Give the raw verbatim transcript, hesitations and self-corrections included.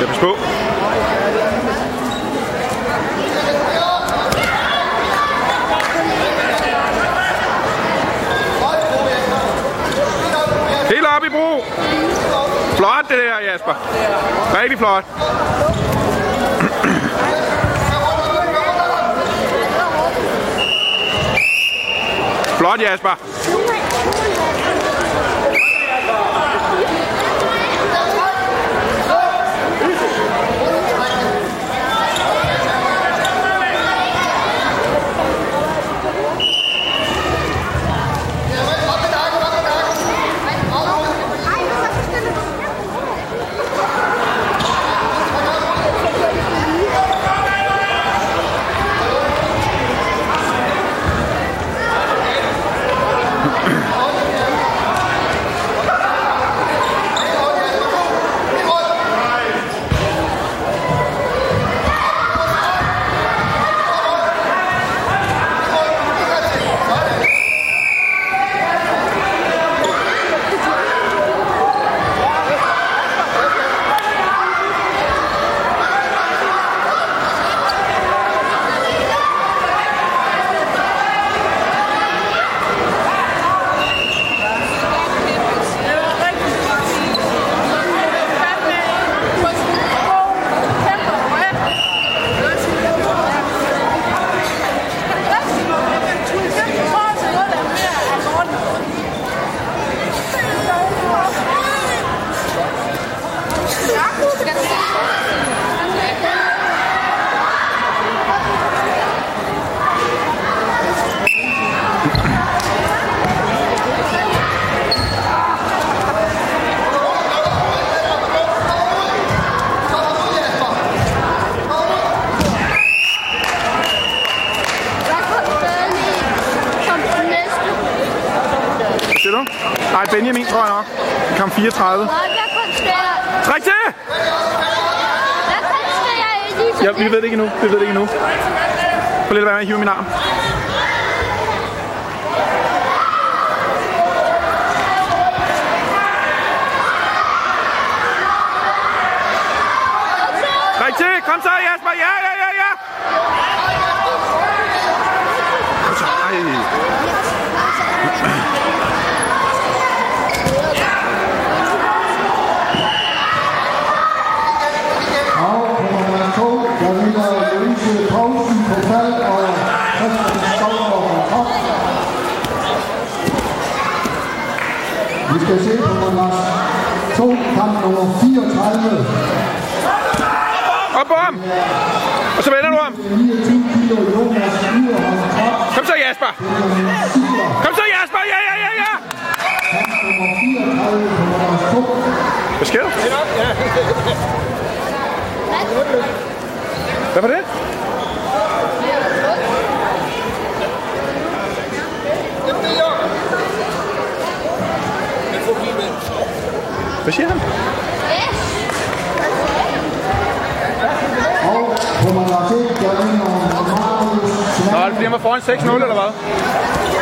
skal passe på. Helt op i bro. Flot det der, Jasper. Rigtig flot. Flot, Jasper. Nej, Benjamin tror jeg nok. Kamp fireogtredive. Træk til! Ja, vi ved det ikke endnu. Vi ved det ikke endnu. Få lidt at være med at hive min arm. Træk til! Kom så, Jasper! Ja, ja, ja, ja! Kom så, ej. Vi skal se på nummer to, kamp nummer fireogtredive. Op på ham! Og så vender du ham. Kom så, Jasper! Kom så, Jasper! Ja, ja, ja, ja! Hvad sker der? Hvad var det? Hvad siger han? Nå, det bliver man foran seks nul eller hvad?